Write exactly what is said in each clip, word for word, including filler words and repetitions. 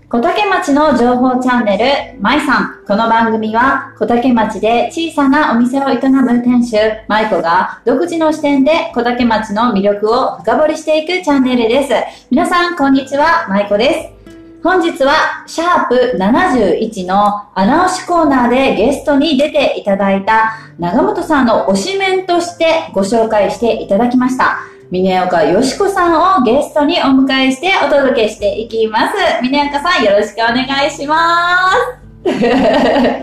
小竹町の情報チャンネル、まいさん。この番組は、小竹町で小さなお店を営む店主、まいこが、独自の視点で小竹町の魅力を深掘りしていくチャンネルです。皆さん、こんにちは、まいこです。本日は、シャープななじゅういちの穴押しコーナーでゲストに出ていただいた、長本さんの推しメンとしてご紹介していただきました。峰岡よしこさんをゲストにお迎えしてお届けしていきます。峰岡さん、よろしくお願いします。はい。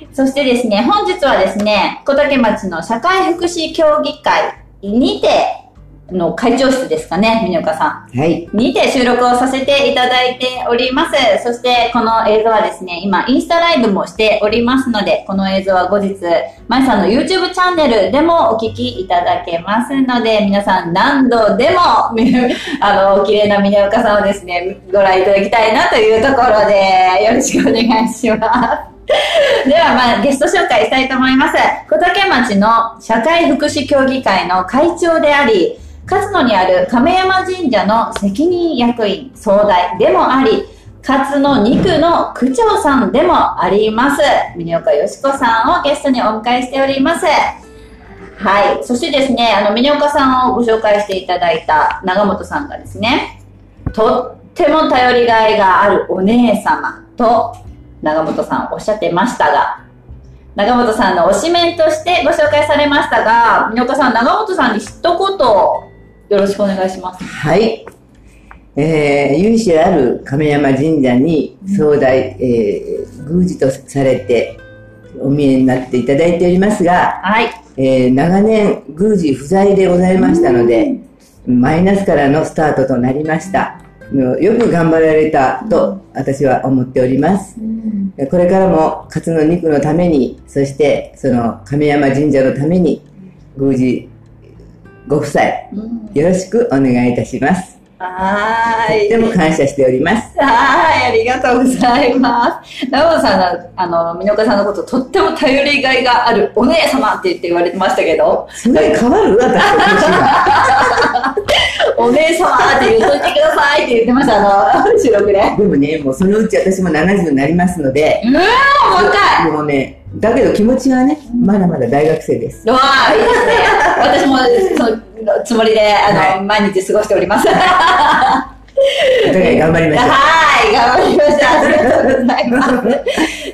そしてですね、本日はですね、小竹町の社会福祉協議会にての会長室ですかね、峰岡さん。 はい。 にて収録をさせていただいております。そしてこの映像はですね、今インスタライブもしておりますので、この映像は後日、まいさんの YouTube チャンネルでもお聞きいただけますので、皆さん何度でも、あの、綺麗な峰岡さんをですね、ご覧いただきたいなというところで、よろしくお願いします。では、まあ、ゲスト紹介したいと思います。小竹町の社会福祉協議会の会長であり、勝野にある亀山神社の責任役員総代でもあり、勝野に区の区長さんでもあります、峰岡よしこさんをゲストにお迎えしております。はい。そしてですね、あの、峰岡さんをご紹介していただいた長本さんがですね、とっても頼りがいがあるお姉様と長本さんおっしゃってましたが、長本さんの推しメンとしてご紹介されましたが、峰岡さん、長本さんに一言、よろしくお願いします。 はい。えー、由緒ある亀山神社に総代、えー、宮司とされてお見えになっていただいておりますが、 はい。 えー、長年宮司不在でございましたので、マイナスからのスタートとなりました。よく頑張られたと私は思っております。これからも勝野に区のために、そしてその亀山神社のために宮司ご夫妻、よろしくお願いいたします。 はーい。 とても感謝しております。 はい、ありがとうございます。長本さんが、あの、峰岡さんのこととっても頼りがいがあるお姉様って言って言われてましたけど。 それ変わる私と年が。 お姉様って言っといてくださいって言ってました、あの、収録で。でもね、もうそのうち私もななじゅうになりますので。 うわー、若い。 もうね、だけど気持ちはね、まだまだ大学生です。 うわー、いいですね。私もそのつもりで、あの、はい、毎日過ごしております。 お互い頑張りましょう。 はい、頑張りました。ありがとうございます。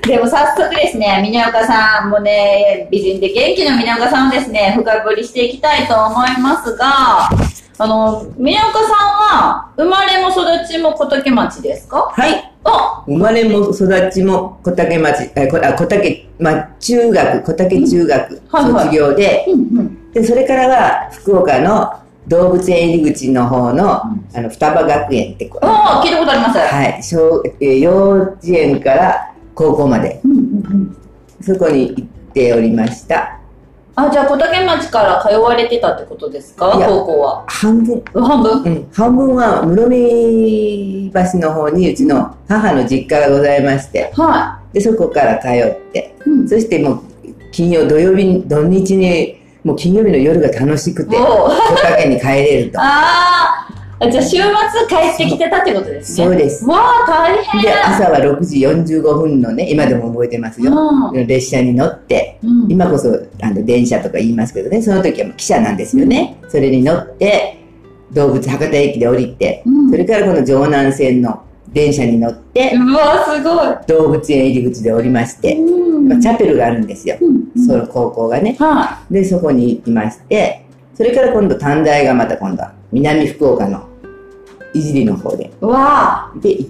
でも早速ですね、峰岡さんもね、美人で元気な峰岡さんをですね、深掘りしていきたいと思いますが、あの、峰岡さんは、生まれも育ちも小竹町ですか？ はい。生まれも育ちも小竹町、あ、小竹、まあ、中学、小竹中学卒業で、で、それからは福岡の動物園入り口の方の、うん、あの、双葉学園ってこと。ああ、聞いたことあります。 はい。小、えー、幼稚園から高校まで、うんうんうん、そこに行っておりました。 あ、じゃあ小竹町から通われてたってことですか？高校は。 半分。 半分？ うん。半分は室見橋の方にうちの母の実家がございまして、 はい。 で、そこから通って、うん、そしてもう金曜、土曜日、土日に、もう金曜日の夜が楽しくて、小竹に帰れると。 ああ、じゃあ週末帰ってきてたってことですね。 そうです。 わあ、大変。 で、朝はろくじよんじゅうごふんのね、今でも覚えてますよ。うん、列車に乗って、うん、今こそあの電車とか言いますけどね、その時はもう汽車なんですよね。うん、それに乗って、動物博多駅で降りて、うん、それからこの城南線の電車に乗って、 うわすごい。 動物園入り口で降りまして、うんまあ、チャペルがあるんですよ。うんうん、その高校がね、はあ。で、そこに行きまして、それから今度短大がまた今度は南福岡のいじりの方で。 うわで、行って、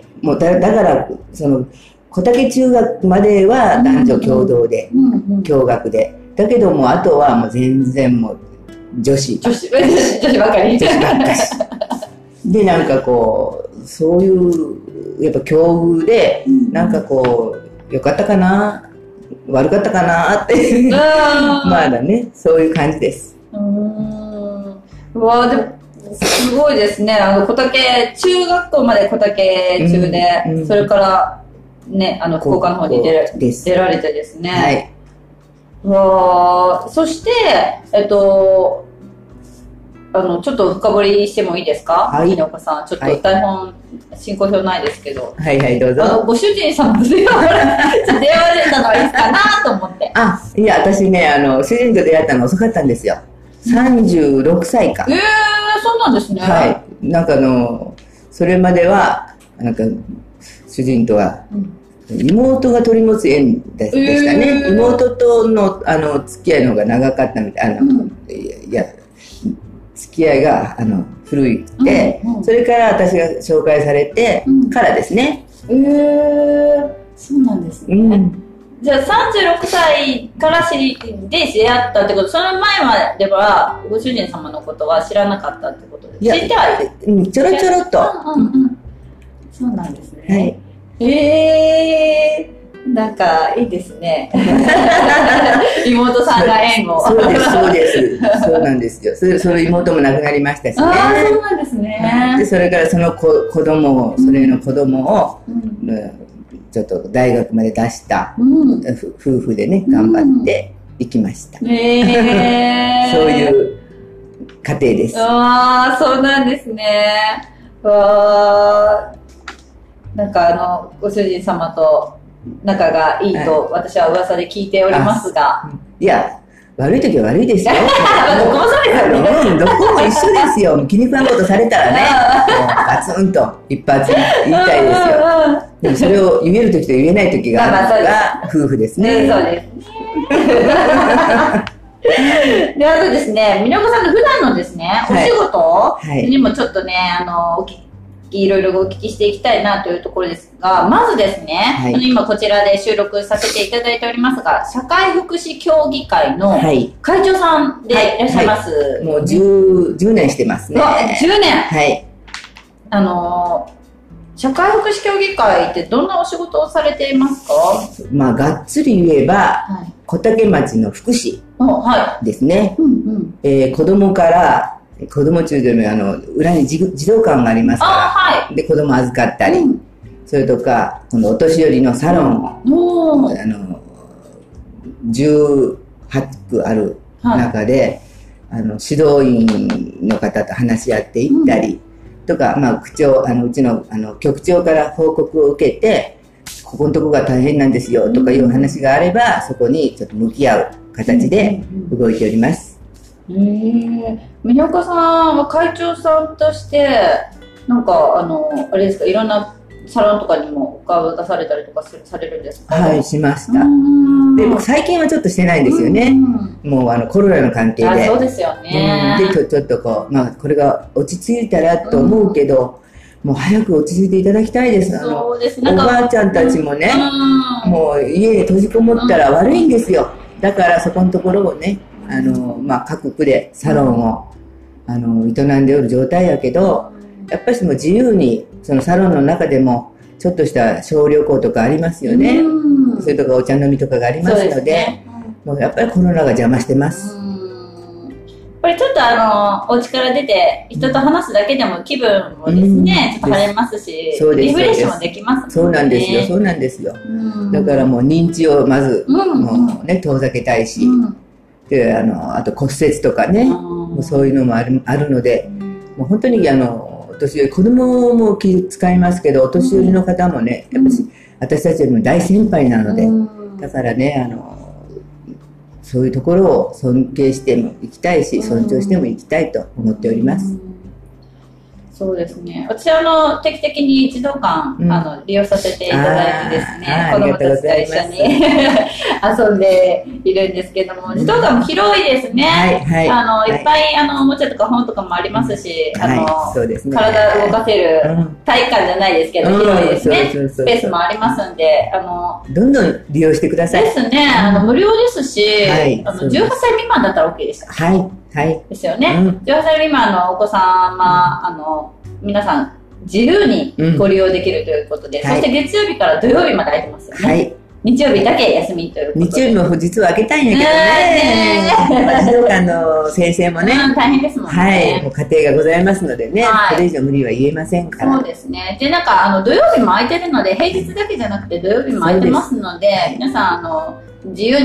もうだ、だから、その、小竹中学までは男女共同で、うんうん、共学で。だけども、あとはもう全然もう女子。 女子、女子ばっかり。 女子ばっかし。で、なんかこう、そういう、やっぱ境遇で、なんかこう、良かったかな、悪かったかなって、まあだね、そういう感じです。 うーん。うわでも、すごいですね。あの、小竹、中学校まで小竹中で、うんうん、それから、ね、あの、福岡の方に出ら出られてですね。はい。うわそして、えっと、 あの、ちょっと深掘りしてもいいですか？ はい。 ひのこさん、ちょっと台本、進行表ないですけど。 はいはい、どうぞ。 あの、ご主人様と電話、電話出たのはいいかなと思って。 あ、いや、私ね、あの、主人と出会ったの遅かったんですよ。さんじゅうろくさいか。 ええー、そうなんですね。 はい。なんかあの、それまでは、なんか、主人とは、妹が取り持つ縁でしたね。えー、妹との、あの、付き合いの方が長かったみたい。あの、うん、いや、付き合いが、あの、古いって、うんうん、それから私が紹介されてからですね。 うん、えー、そうなんですね。うん、じゃあさんじゅうろくさいから知りで出会ったってこと、その前まではご主人様のことは知らなかったってことですか？知ってはいる、ちょろちょろっと。 うんうんうん、そうなんですね。はい、えー、なんかいいですね。妹さんが縁を。 そうです、そうです。そうなんですよ。それ、その妹も亡くなりましたしね。 ああ、そうなんですね。 で、それからその子子供を、それの子供を、うん、ちょっと大学まで出した、うん、夫婦でね、頑張って行きました。うん、えー、そういう家庭です。 ああ、そうなんですね。わー、なんかあの、ご主人様と仲がいいと私は噂で聞いておりますが。 いや、悪い時は悪いですよ。 どこもそうですよね。 うん、どこも一緒ですよ。気に食わんことされたらね、もうガツンと一発言いたいですよ。でもそれを言える時と言えない時があるのが夫婦ですね。 そうですね。で、あとですね、みなこさんの普段のですね、お仕事にもちょっとね、あの、お聞きいろいろお聞きしていきたいなというところですが、まずですね、はい、今こちらで収録させていただいておりますが、社会福祉協議会の会長さんでいらっしゃいます。はいはい、 もう 10, じゅうねんしてますね。 じゅうねん。 はい。 あのー、社会福祉協議会ってどんなお仕事をされていますか？ まあ、がっつり言えば、はい、小竹町の福祉ですね。うんうん、えー、子供から、子供中でもあの裏に児童館がありますから、はい、で子供預かったり、うん、それとかこのお年寄りのサロンを、うん、あのじゅうはちくある中で、はい、あの指導員の方と話し合っていったり、うん、とか、まあ、区長あのうちの、あの局長から報告を受けてここのとこが大変なんですよとかいう話があれば、うん、そこにちょっと向き合う形で動いております。 へえ、みなこさんは会長さんとしてなんかあのあれですか、いろんなサロンとかにもお顔を出されたりとかされるんですか？ はい、しました。でも最近はちょっとしてないんですよね。もうあのコロナの関係で。 あ、そうですよね。 でちょ、ちょっとこう、まあこれが落ち着いたらと思うけど、もう早く落ち着いていただきたいです。あのおばあちゃんたちもね、もう家に閉じこもったら悪いんですよ。だからそこのところをね、あのまあ、各区でサロンをあの営んでおる状態やけど、やっぱりもう自由にそのサロンの中でもちょっとした小旅行とかありますよね。それとかお茶飲みとかがありますので、ね、もうやっぱりコロナが邪魔してます。 これちょっとあのお家から出て人と話すだけでも気分もですね、ちょっと晴れますし、リフレッシュもできますもんね。 そうなんですよ、そうなんですよ。だからもう認知をまず、もうね、遠ざけたいし、であのあと骨折とかね、もうそういうのもある、あるので、もう本当にあのお年寄り、子供も気遣いますけど、お年寄りの方もね、やっぱり私たちよりも大先輩なので、だからね、あのそういうところを尊敬してもいきたいし、尊重してもいきたいと思っております。 そうですね。私はあの定期的に児童館、うん、あの利用させていただいてですね、子供たちと一緒に遊んでいるんですけども、児童館も広いですね。はいはい、あのいっぱいあのおもちゃとか本とかもありますし、あの、はい、そうですね、体を動かせる体育館じゃないですけど、うん、広いですね。そうそうそうそう、スペースもありますんで、あのどんどん利用してください。 ですね。あの無料ですし、はい、あのじゅうはっさい未満だったら OK でした。 はい。はい。 ですよね。うん、じゅうはっさい未満のお子様、あの、皆さん、自由にご利用できるということで、うん、そして月曜日から土曜日まで空いてますよね。はい。日曜日だけ休みということで。 日曜日も実は開けたいんやけどね。児童館の先生もね、 うん、大変ですもんね。 はい。もう家庭がございますのでね、はい、それ以上無理は言えませんから。 そうですね。で、なんか、あの、土曜日も空いてるので、平日だけじゃなくて土曜日も空いてますので、皆さん、あの、自由に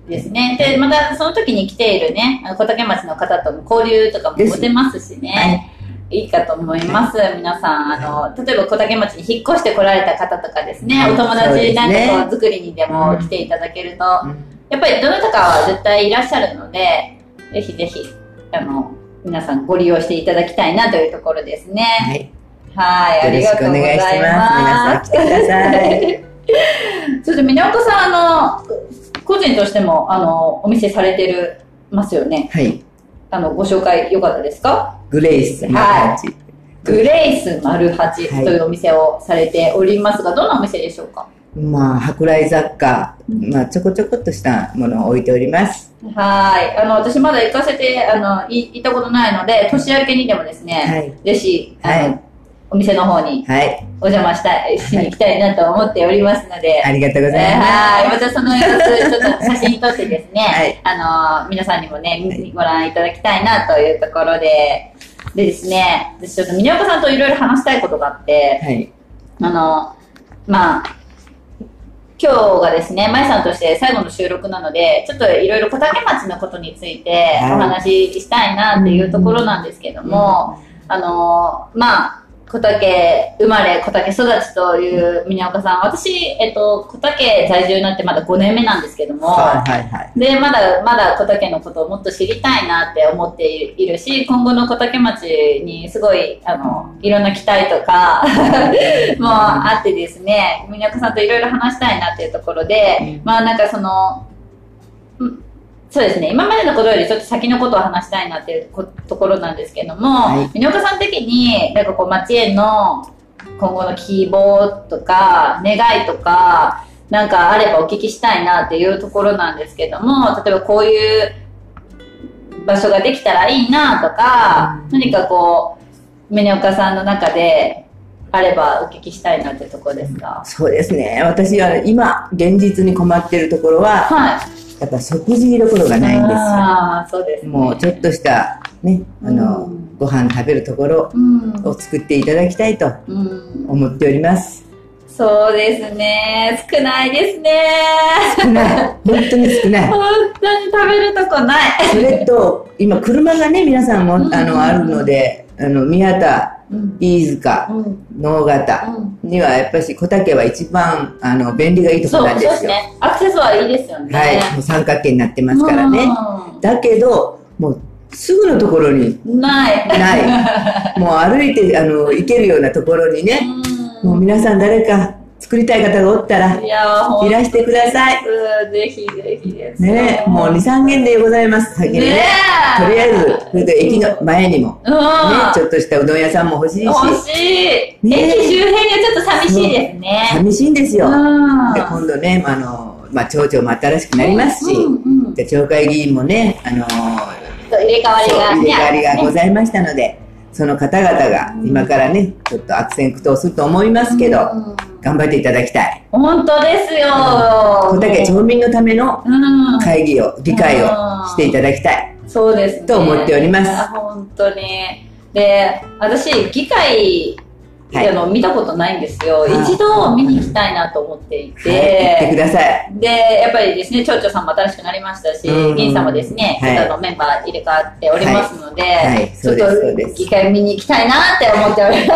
ですね。で、またその時に来ているね、小竹町の方とも交流とかも持てますしね。いいかと思います。皆さん、あの、例えば小竹町に引っ越して来られた方とかですね、お友達なんかこう作りにでも来ていただけると、やっぱりどなたかは絶対いらっしゃるので、ぜひぜひ、あの、皆さんご利用していただきたいなというところですね。はい。はい、ありがとうございます。よろしくお願いします。皆さん来てください。そして、峰岡さん、あの、個人としても、あの、お店されてる、ますよね。はい。あの、ご紹介よかったですか？グレイス丸八。はい、グレイス丸八というお店をされておりますが、どんなお店でしょうか？ まあ、舶来雑貨、まあ、ちょこちょこっとしたものを置いております。 はい。あの、私まだ行かせて、あの、い行ったことないので、年明けにでもですね、はい、ぜひ、あの、はい、お店の方に、はい。お邪魔したい、しに行きたいなと思っておりますので。 ありがとうございます。 はい。またその様子、ちょっと写真撮ってですね、はい、あの、皆さんにもね、ご覧いただきたいなというところで、でですね、私ちょっと峰岡さんといろいろ話したいことがあって、はい。あの、まあ、今日がですね、まゆさんとして最後の収録なので、ちょっといろいろ小竹町のことについてお話ししたいなっていうところなんですけども、あの、まあ、小竹生まれ、小竹育ちという峰岡さん、私、えっと、小竹在住になってまだごねんめなんですけども、はいはいはい、で、まだまだ小竹のことをもっと知りたいなって思っているし、今後の小竹町にすごい、あの、いろんな期待とかもあってですね、峰岡さんといろいろ話したいなっていうところで、まあなんかその、そうですね。今までのことよりちょっと先のことを話したいなっていうところなんですけども、はい、峰岡さん的に、なんかこう町への今後の希望とか、願いとか、なんかあればお聞きしたいなっていうところなんですけども、例えばこういう場所ができたらいいなとか、うん、何かこう、峰岡さんの中で、あればお聞きしたいなってところですか？ そうですね。私は今、現実に困っているところは、はい、やっぱ食事どころがないんですよ。あ、そうですね。もうちょっとしたね、あの、うん、ご飯食べるところを作っていただきたいと思っております。 うん、そうですね。少ないですね。 少ない。本当に少ない。 本当に食べるとこない。 それと、今車がね、皆さんも、うん、あの、あるので、あの、宮田、うん、飯塚、うん、直方にはやっぱり小竹は一番あの便利がいいところなんですよ。そうですね。 アクセスはいいですよね。 はい。もう三角形になってますからね。うん、だけど、もうすぐのところにない。 ない。もう歩いてあの行けるようなところにね、うん、もう皆さん誰か作りたい方がおったらいらしてください。 ぜひぜひです。 ね、もうに、さん軒でございます。先にね。とりあえず、それで駅の前にも、ね、ちょっとしたうどん屋さんも欲しいし。 欲しい。ね、駅周辺にはちょっと寂しいですね。 寂しいんですよ。で、今度ね、あの、まあ、町長も新しくなりますし、うんうん、で町会議員もね、あのー、入れ替わりが、 入れ替わりがございましたので、その方々が今からね、ちょっと悪戦苦闘すると思いますけど、うん、頑張っていただきたい。 本当ですよ。 小竹町民のための会議を、議会をしていただきたい。 そうですね。 と思っております。 本当に。で、私、議会、はい、あの見たことないんですよ。一度見に行きたいなと思っていて、はい、 行ってください。 で、やっぱりですね、町長さんも新しくなりましたし、議員さんもですね、はい、ちょっとあのメンバー入れ替わっておりますので、はいはい、ちょっと議会見に行きたいなって思っております。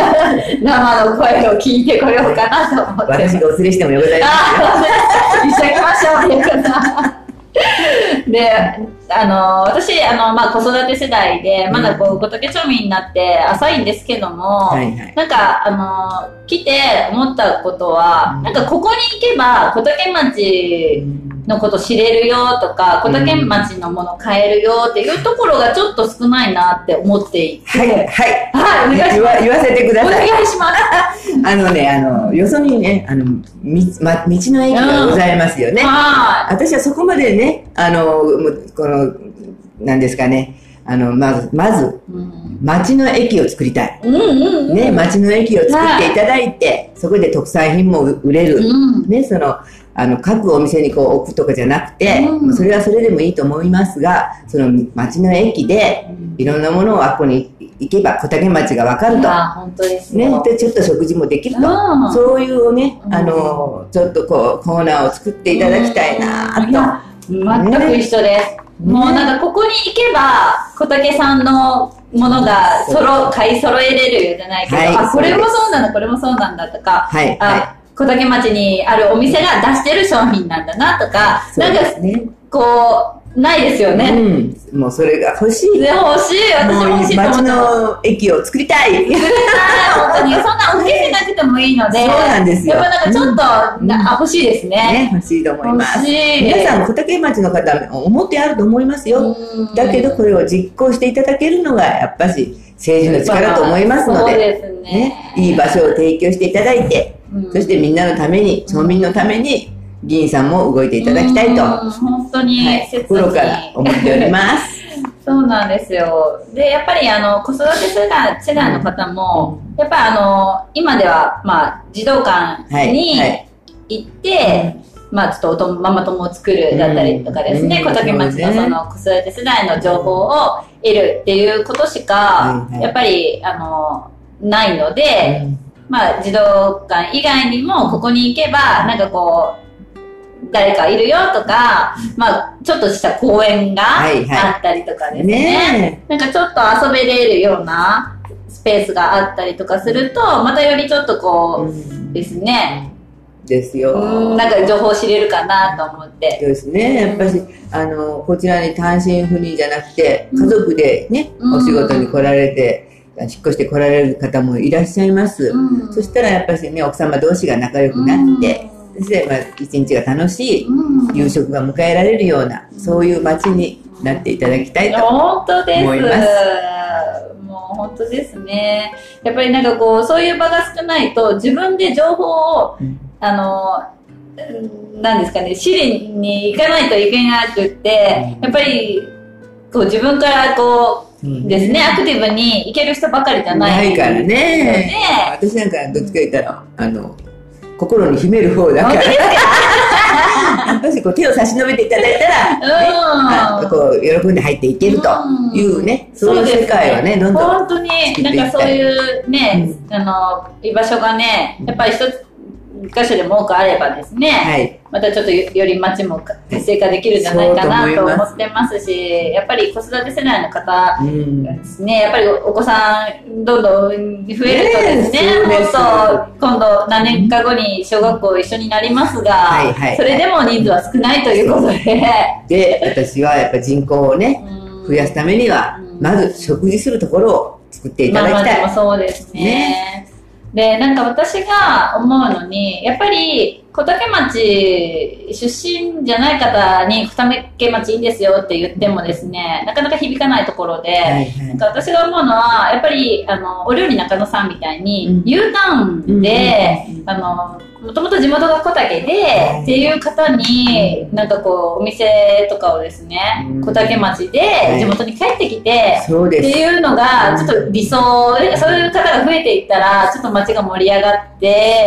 生の声を聞いてこようかなと思って。 私がお連れしてもよございます一緒に行きましょう、ゆうかさん。で、あの、私、あの、まあ、子育て世代で、まだこう、小竹町民になって浅いんですけども、はいはい、なんか、あの、来て思ったことは、うん、なんかここに行けば、小竹町のこと知れるよとか、小竹町のもの買えるよっていうところがちょっと少ないなって思っていて。 はい、はい。はい、お願いします。言わせてください。 お願いします。 あのね、あの、よそにね、あの、み、ま、道の駅がございますよね。うん、はい。私はそこまでね、あの、この、なんですかね、あの、まず、まず、うん、町の駅を作りたい。うんうんうん、ね、町の駅を作っていただいて、はい、そこで特産品も売れる。うん、ね、その、あの、各お店にこう置くとかじゃなくて、うん、それはそれでもいいと思いますが、その町の駅で、いろんなものをあっこに行けば小竹町がわかると。 あ、本当ですね。で、ちょっと食事もできると。うん、そういうね、あの、ちょっとこう、コーナーを作っていただきたいなと。 全く一緒です。もうなんかここに行けば小竹さんのものがそろ買い揃えれるじゃないけど、はい、あこれもそうなんだこれもそうなんだとか、はい、あ、はい、小竹町にあるお店が出してる商品なんだなとか、なんかこうないですよね。 うん、もうそれが欲しい。 でも欲しい。私も欲しいと思った。 町の駅を作りたい。 作りたい。本当に。そんな大きくなくてもいいので。そうなんですよ。 やっぱなんかちょっと、うん、あ欲しいですね。 ね、欲しいと思います。皆さん、小竹町の方、思ってあると思いますよ。だけど、これを実行していただけるのが、やっぱし、政治の力と思いますので、 そうですね。 ね、いい場所を提供していただいて、うん、そしてみんなのために、町民のために、議員さんも動いていただきたいと、 本当に、はい、 心から思っておりますそうなんですよ。でやっぱりあの子育て世代世代の方も、うん、やっぱりあの今では、まあ、児童館に行って、はいはい、まあ、ちょっとおとママ友を作るだったりとかですね、うん、小竹町のその子育て世代の情報を得るっていうことしか、うん、やっぱりあのないので、うん、まあ、児童館以外にもここに行けばなんかこう誰かいるよとか、まあ、ちょっとした公園があったりとかですね。はいはい、ねなんかちょっと遊べれるようなスペースがあったりとかすると、またよりちょっとこう、うん、ですね。 ですよ。 うんなんか情報を知れるかなと思って。 そうですね。やっぱり、あの、こちらに単身赴任じゃなくて、家族でね、うん、お仕事に来られて、引っ越して来られる方もいらっしゃいます。うん、そしたらやっぱりね、奥様同士が仲良くなって、うんそして、まあ、一日が楽しい、うん、夕食が迎えられるような、そういう街になっていただきたいと思います。 もう本当ですね。やっぱりなんかこう、そういう場が少ないと、自分で情報を、うん、あの、なんですかね、知りに行かないといけなくって、うん、やっぱり、こう自分からこう、うん、ですね、アクティブに行ける人ばかりじゃない。 ないからね。私なんかどっちか言ったら、あの、心に秘める方だから。やっぱりこう手を差し伸べていただいたら、ね、こう喜んで入っていけるというね、うん、そういう世界はね、どんどん本当になんかそういうね、うん、あの居場所がね、やっぱり一つ一箇所でも多くあればですね、はい、またちょっと よ, より街も活性化できるんじゃないかなと思ってますし、やっぱり子育て世代の方ですね、うん、やっぱりお子さんどんどん増えるとですね、もっと今度何年か後に小学校一緒になりますが、はいはい、それでも人数は少ないということで。 で、私はやっぱ人口をね、増やすためには、まず食事するところを作っていただきたい。まあ、まあでもそうですね。ねで、なんか私が思うのに、やっぱり小竹町出身じゃない方に小竹町いいんですよって言ってもですね、なかなか響かないところで、はいはい、なんか私が思うのは、やっぱりあのお料理中野さんみたいに、うん、U ターンで、うん、あのもともと地元が小竹で、はい、っていう方に、なんかこうお店とかをですね、うん、小竹町で地元に帰ってきて、はい、っていうのがちょっと理想、そういう方が増えていったらちょっと町が盛り上がって、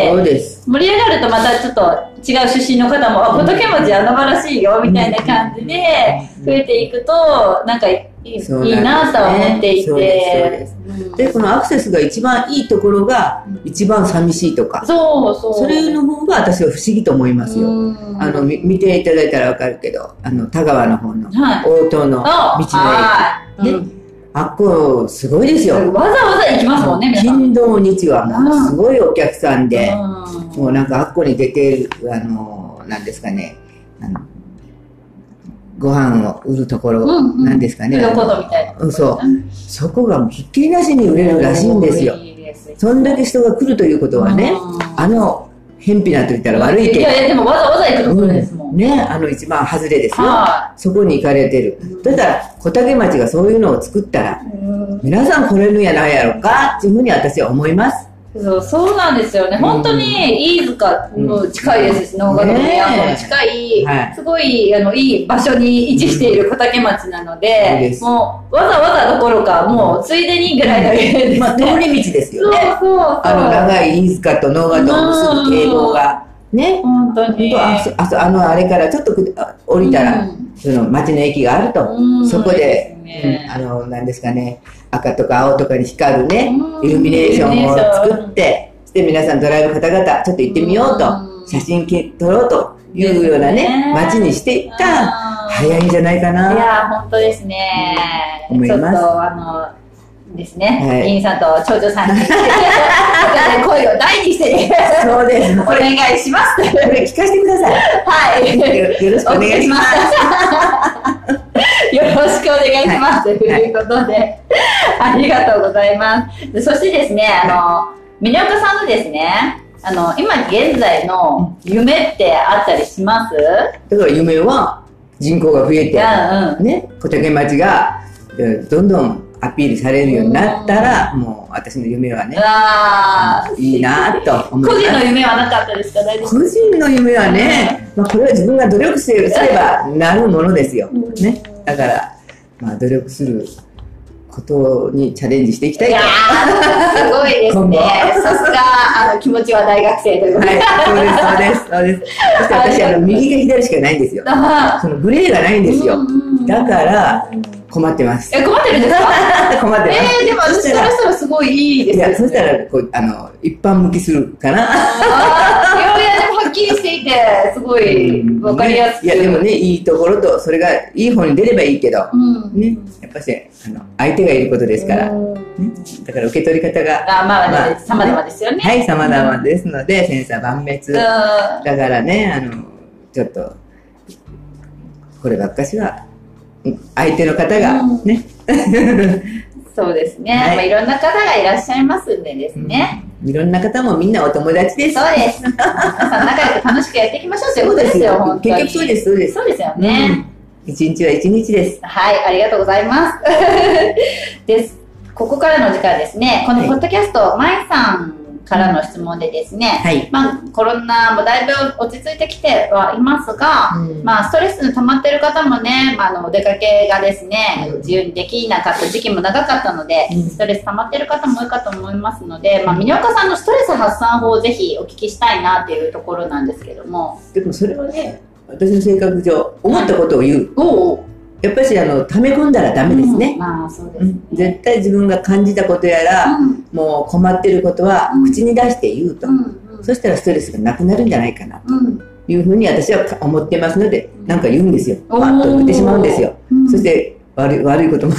そうです。 盛り上がるとまたちょっと違う出身の方も、あ、小竹町穴場らしいよみたいな感じで増えていくと、なんかいい、いいなとは思っていて。 で、このアクセスが一番いいところが一番寂しいとか、 そうそう。 それの方が私は不思議と思いますよ。あの、見ていただいたらわかるけど、あの、田川の方の大戸の道の駅。ね。あっこ、すごいですよ。 わざわざ行きますもんね、皆さん。 金土日はもうすごいお客さんで、もうなんかあっこに出てる、あの、なんですかね、あのご飯を売るところ、うんうん、なんですかね。 フードコートみたいな。 うん、そう。そこがもうひっきりなしに売れるらしいんですよ。そんだけ人が来るということはね、あの、偏僻なと言ったら悪いけど。 いやいや、でもわざわざ行くところですもん。 うん、ね、あの一番外れですよ。そこに行かれてる。だったら、小竹町がそういうのを作ったら、皆さん来れるんやないやろか、っていうふうに私は思います。 そう、そうなんですよね。本当に飯塚も近いですし、能楽の都も近い、はい、すごいあのいい場所に位置している小竹町なので、うん、もうわざわざどころか、もうついでにぐらいの家ですね。まあ、通り道ですよね。 そうそうそう。 あの長い飯塚と能楽を結ぶ堤防が、ね。 本当に。 あそ、あそ、あの、あれからちょっと降りたら、うん、その町の駅があると、うん、そこで、うん、あの、なんですかね、赤とか青とかに光るね、イルミネーションを作って、 で皆さんドライブ方々ちょっと行ってみようと、写真撮ろうというようなね、街にしていったら早いんじゃないかな。 いや本当ですね。 思います。 ちょっとあのですね、 はい、 議員さんと長女さんに声を大にしてそうですお願いします。 これ聞かせてください。 はい、 よろしくお願いします。 よろしくお願いします。ということで、ありがとうございます。そしてですね、あの峰岡さんのですね、あの今現在の夢ってあったりします？ だから夢は人口が増えて、 うんうん、 ね、小竹町がどんどんアピールされるようになったら、もう私の夢はね、いいなと思います。 個人の夢はなかったですか？大丈夫？ 個人の夢はね、まあ、これは自分が努力すればなるものですよ、ね、だから、まあ、努力することにチャレンジしていきたいと。いやーすごいですね。さすがあの気持ちは大学生ということで、はい、 そうですそうですそうです。そして私あの右か左しかないんですよ。そのグレーがないんですよ。だから困ってます。 え、困ってるんですか？ 困ってます。 えー、でも私からしたらすごいいいですよね。 いや、そしたらこうあの一般向きするかな。 いやいや、でもはっきりしていてすごいわかりやすく、 いやでもね、いいところとそれがいい方に出ればいいけど、うん、ね、やっぱしあの相手がいることですから、ね、だから受け取り方があ、まあ、まあ、様々ですよね。 はい、様々ですので、千差万別。だからね、あのちょっとこればっかしは相手の方がね、うん、 そうですね、はい、まあ、いろんな方がいらっしゃいますんでですね、 うん、いろんな方もみんなお友達です。 そうです。皆さん仲良く楽しくやっていきましょうということですよ。本当に結局そうですそうです。 そうですよね、 うん、一日は一日です。 はい、ありがとうございますです。ここからの時間ですね、このポッドキャスト、はい、まいさんからの質問でですね、はい、まあ、コロナもだいぶ落ち着いてきてはいますが、うん、まあ、ストレスの溜まってる方もね、まあ、あのお出かけがですね、うん、自由にできなかった時期も長かったので、うん、ストレス溜まってる方も多いかと思いますので、まあ、峰岡さんのストレス発散法をぜひお聞きしたいなっていうところなんですけども。 でもそれはね、私の性格上思ったことを言う、はい、おうやっぱりあの溜め込んだらダメですね、 うん、まあそうですね、 うん、絶対自分が感じたことやら、うん、もう困ってることは口に出して言うと、うんうん、そしたらストレスがなくなるんじゃないかなというふうに私は思ってますので、なんか言うんですよ、パッと言ってしまうんですよ、うん、そして悪い、悪いことも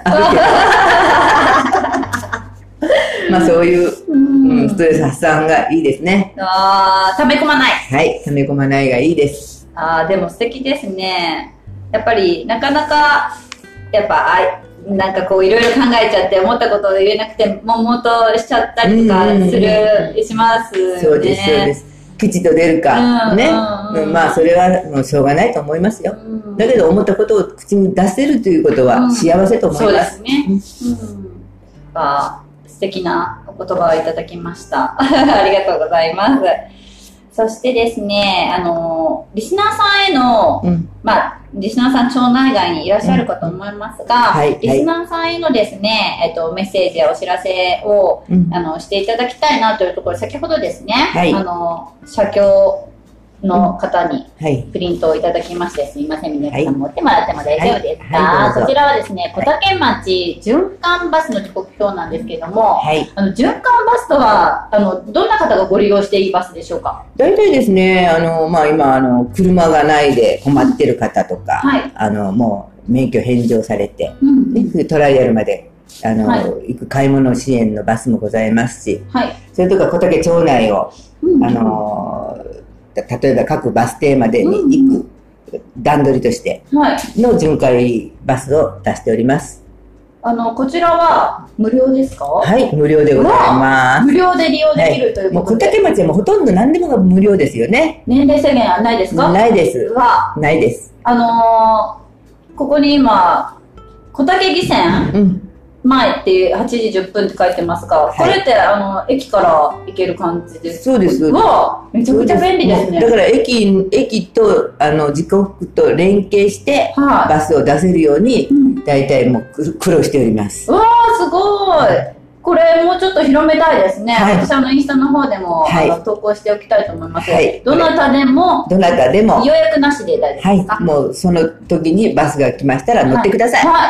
あるけどまあそういう、うん、ストレス発散がいいですね。 ああ、溜め込まない。 はい、溜め込まないがいいです。 ああ、でも素敵ですね。やっぱりなかなかやっぱあなんかこういろいろ考えちゃって思ったことを言えなくて悶々としちゃったりとかするしますよね。 そうですそうです。吉と出るか、うん、ね、うん、まあそれはもうしょうがないと思いますよ、うん、だけど思ったことを口に出せるということは幸せと思います、 うん、そうですね、うん、まあ素敵なお言葉をいただきましたありがとうございます。そしてですね、あのリスナーさんへの、うん、まあリスナーさん町内外にいらっしゃるかと思いますが、うん、はい、リスナーさんへのですね、えっとメッセージやお知らせを、うん、あのしていただきたいなというところ、先ほどですね、はい、あの社協の方にプリントをいただきまして、すみません、皆さん持ってもらっても大丈夫ですか？はいはい、こちらはですね、小竹町循環バスの時刻表なんですけども、はい、あの循環バスとはあのどんな方がご利用していいバスでしょうか？ 大体ですね、あの、まあ、今あの車がないで困ってる方とか、はい、あのもう免許返上されて、うん、でトライアルまであの、はい、行く買い物支援のバスもございますし、はい、それとか小竹町内を、うん、あの例えば各バス停までに行く段取りとしての巡回バスを出しております。 あのこちらは無料ですか？ はい、無料でございます。 無料で利用できるということで、はい、もう小竹町はもうほとんど何でもが無料ですよね。 年齢制限はないですか？ ないです。ないです。 あのー、ここに今小竹義船、うん前っていうはちじじゅっぷんって書いてますが、はい、これってあの駅から行ける感じですか？そうです。わめちゃくちゃ便利ですね。 だから駅駅とあの時刻と連携して、はい、バスを出せるように、うん、大体もう苦労しております。 わあすごい。これもうちょっと広めたいですね。はい、私あのインスタの方でも、はい、あの投稿しておきたいと思います。はい、どなたでもどなたでも予約なしで大丈夫ですか？ はい、もうその時にバスが来ましたら乗ってください。 はいはい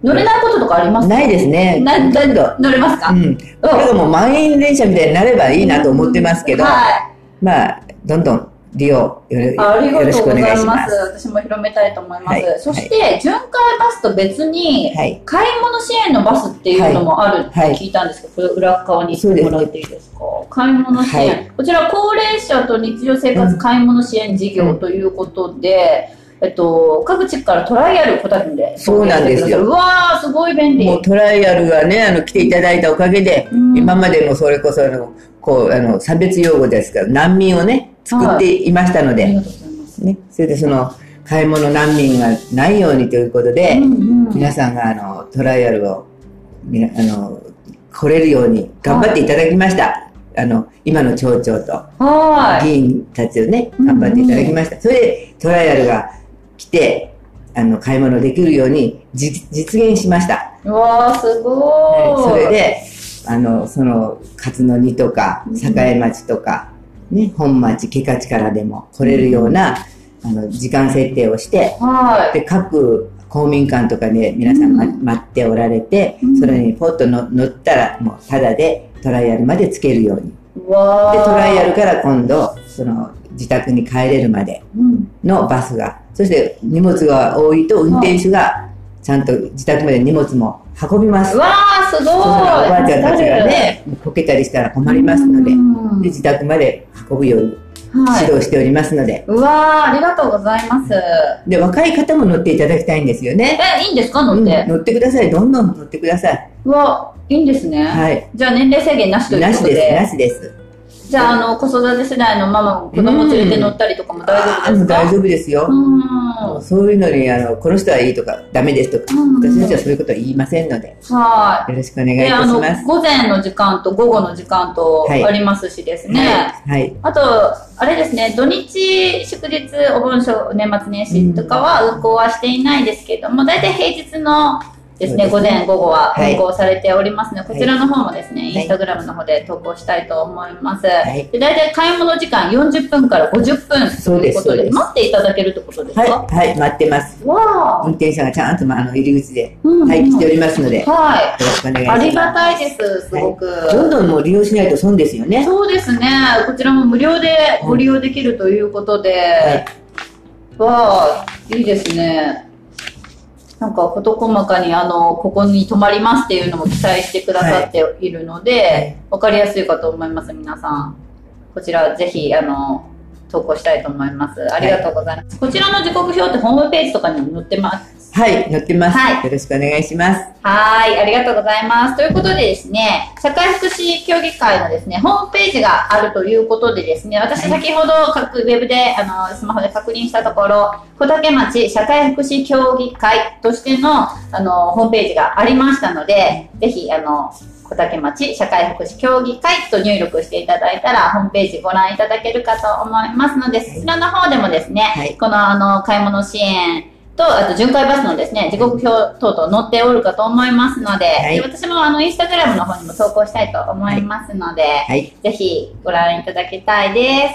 乗れないこととかありますか？ ないですね。 なほとんど。 乗れますか？ うん。これがもう満員電車みたいになればいいなと思ってますけど、 はい。 まあ、どんどん利用よろありがとうございまます。私も広めたいと思います。 はい、 そして、はい、巡回バスと別に、はい、買い物支援のバスっていうのもあるって聞いたんですけど、はい、これ裏側にしてもらっていいですか？買い物支援、はい。こちら、高齢者と日常生活買い物支援事業ということで、うん、えっと、各地からトライアル小樽で。 そうなんですよ。 うわー、すごい便利。 もうトライアルがね、あの、来ていただいたおかげで、うん、今までもそれこそ、あの、こう、あの、差別用語ですから、難民をね、作っていましたので、はい、ね、それでその買い物難民がないようにということで、うんうん、皆さんがあのトライアルをあの来れるように頑張っていただきました。はい、あの今の町長と議員たちをね、頑張っていただきました。うんうん、それでトライアルが来てあの買い物できるように実現しました。 うわー、すごい。それであのその勝野にとか栄町とか、うんね、本町、毛勝からでも来れるような、うん、あの時間設定をして、はい、で各公民館とかで皆さん、まうん、待っておられて、うん、それにポッとの乗ったらもうタダでトライアルまでつけるように、でトライアルから今度その自宅に帰れるまでのバスが、そして荷物が多いと運転手がちゃんと自宅まで荷物も運びます。 わー、すごい。おばあちゃんたちがね、こけたりしたら困りますので、で自宅まで運ぶように指導しておりますので。はい、 うわー、ありがとうございます。 で、若い方も乗っていただきたいんですよね。 え、いいんですか、乗って。 うん、乗ってください。どんどん乗ってください。 うわ、いいんですね。 はい。 じゃあ年齢制限なしということで。 なしです、なしです。 じゃあ、あの、子育て世代のママも子供連れて乗ったりとかも大丈夫ですか？ 大丈夫ですよ。うん、そういうのに、あの、この人はいいとか、ダメですとか、私たちはそういうことは言いませんので、 はい。 よろしくお願いいたします。 午前の時間と午後の時間とありますしですね。 はい。はい、 あと、あれですね、土日、祝日、お盆正、年末年始とかは運行はしていないですけども、大体平日のですね、午前午後は運行されておりますので、はい、こちらの方もですね、はい、インスタグラムの方で投稿したいと思います。はい、で大体買い物時間よんじゅっぷんからごじゅっぷんということで、待っていただけるってことですか？ はい、はい、待ってます。 わー。 運転手さんがちゃんと、まあ、あの入り口で待機しておりますので、 はい、 よろしくお願いします。 ありがたいです、すごく。はい、 どんどんもう利用しないと損ですよね。 そうですね、こちらも無料でご利用できるということで、はい、わー、いいですね。なんか事細かにあのここに泊まりますっていうのも記載してくださっているので、はいはい、分かりやすいかと思います。皆さんこちらぜひあの投稿したいと思います。ありがとうございます。はい、こちらの時刻表ってホームページとかにも載ってます。 はい、載ってます。はい、よろしくお願いします。 はい、ありがとうございます。ということでですね、社会福祉協議会のですね、ホームページがあるということでですね、私先ほど各ウェブで、あの、スマホで確認したところ、小竹町社会福祉協議会としての、あの、ホームページがありましたので、ぜひ、あの、小竹町社会福祉協議会と入力していただいたら、ホームページご覧いただけるかと思いますので、そちらの方でもですね、はい、この、あの、買い物支援、と、あと巡回バスのですね、時刻表等々載っておるかと思いますので、はい、で私もあのインスタグラムの方にも投稿したいと思いますので、はい、ぜひご覧いただきたいです。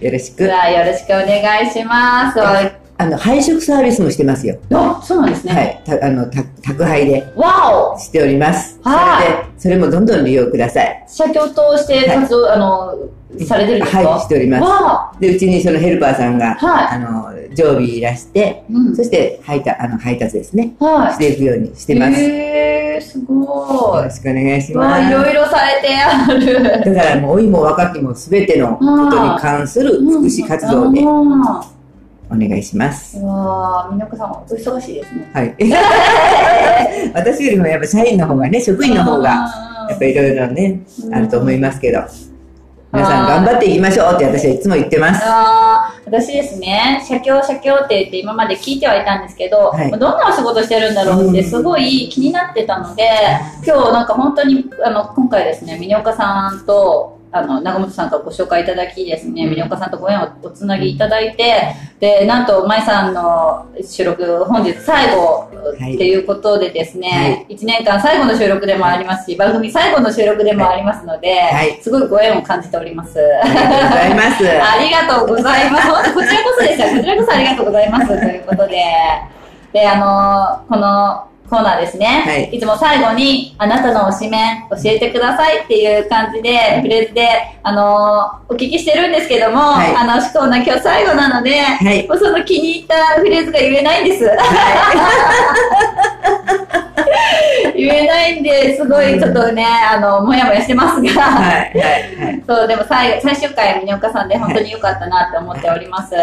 よろしく。 ではよろしくお願いします。 あの配食サービスもしてますよ。 あ、そうなんですね。 はい、たあのた宅配でわおしております。 はい。 それでそれもどんどん利用ください。 社協として活動、はい、あのされてるんですか？ はい、しております。 わでうちにそのヘルパーさんが、 はい、 あの常備いらして、うん、そして配達あの配達ですね、 はい、 していくようにしてます。 へー、すごい。 よろしくお願いします。 いろいろされてある。 だからもう老いも若きもすべてのことに関する福祉活動で。お願いします。 うわー、みのこさんお忙しいですね。 はい。私よりもやっぱ社員の方がね、職員の方がやっぱいろいろね、あると思いますけど、皆さん頑張っていきましょうって私はいつも言ってます。 あ私ですね、社協社協って言って今まで聞いてはいたんですけど、はい、どんなお仕事してるんだろうってすごい気になってたので、今日なんか本当にあの今回ですね、峰岡さんとあの長本さんからご紹介いただきですね、峰岡さんとご縁をおつなぎいただいて、でなんと舞さんの収録本日最後っていうことでですね、はい、いちねんかん最後の収録でもありますし、番組最後の収録でもありますので、はい、すごいご縁を感じております。 ありがとうございます。 ありがとうございます。こちらこそですよ。こちらこそありがとうございますということで。 で、あのー、このコーナーですね、はい、いつも最後に、あなたの推しメン教えてくださいっていう感じで、フレーズで、あのー、お聞きしてるんですけども、はい、あの、しコーナー今日最後なので、はい、もうその気に入ったフレーズが言えないんです。はい言えないんで、すごいちょっとね、あの、もやもやしてますが、はいはいはい、そう、でも最最終回、峰岡さんで本当に良かったなって思っております。はい、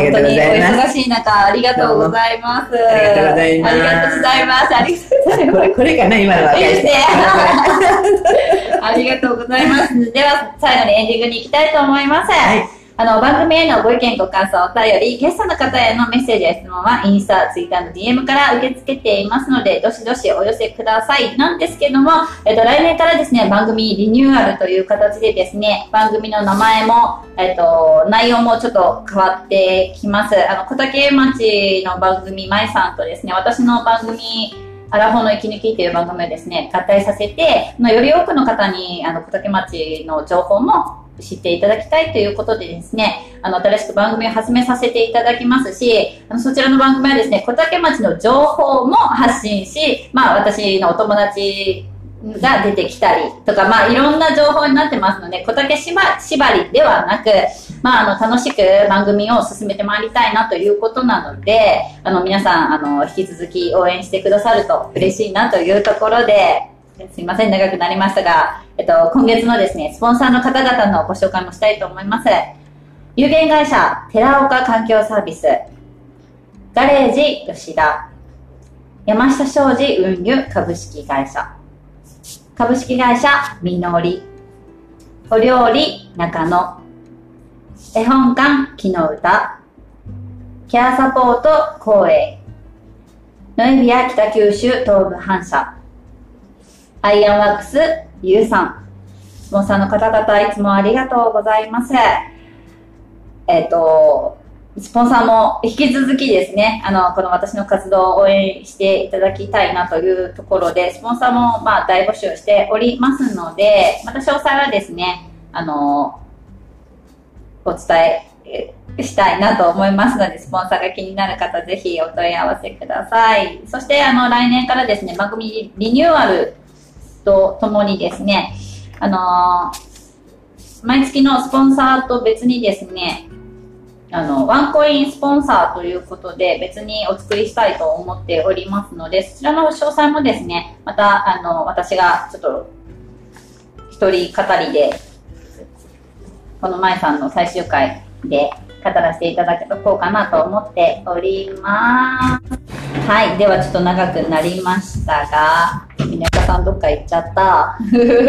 本当にお忙しい中、ありがとうございます。 ありがとうございます。 ありがとうございます。ありがとうございます。 これ、これかな、今のは。いいですね。 ありがとうございます。では、最後にエンディングに行きたいと思います。はい、あの、番組へのご意見、ご感想、お便り、ゲストの方へのメッセージや質問は、インスタ、ツイッターの ディーエム から受け付けていますので、どしどしお寄せください。なんですけども、えっと、来年からですね、番組リニューアルという形でですね、番組の名前も、えっと、内容もちょっと変わってきます。あの、小竹町の番組、まいさんとですね、私の番組、アラフォーの息抜きという番組をですね、合体させて、より多くの方に、あの、小竹町の情報も知っていただきたいということでですね、あの、新しく番組を始めさせていただきますし、あの、そちらの番組はですね、小竹町の情報も発信し、まあ、私のお友達が出てきたりとか、まあ、いろんな情報になってますので、小竹縛りではなく、まあ、あの、楽しく番組を進めてまいりたいなということなので、あの、皆さん、あの、引き続き応援してくださると嬉しいなというところで、すいません、長くなりましたが、えっと、今月のですね、スポンサーの方々のご紹介もしたいと思います。有限会社、寺岡環境サービス、ガレージ吉田、山下商事運輸株式会社、株式会社みのり、お料理中野、絵本館木の歌、ケアサポート光栄、ノエビア北九州東部反射、アイアンワックスゆうさん、スポンサーの方々いつもありがとうございます。えっと、スポンサーも引き続きですね、あの、この私の活動を応援していただきたいなというところで、スポンサーもまあ大募集しておりますので、また詳細はですね、あの、お伝えしたいなと思いますので、スポンサーが気になる方ぜひお問い合わせください。そしてあの、来年からですね、番組リニューアルとともにですね、あのー、毎月のスポンサーと別にですね、あの、ワンコインスポンサーということで別にお作りしたいと思っておりますので、そちらの詳細もですね、また、あの、私がちょっと一人語りで、この前さんの最終回で語らせていただこうかなと思っております。はい。ではちょっと長くなりましたが、みなかさんどっか行っちゃった。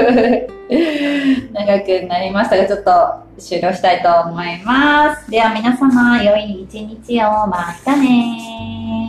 長くなりましたが、ちょっと終了したいと思います。では皆様、良い一日を。またねー。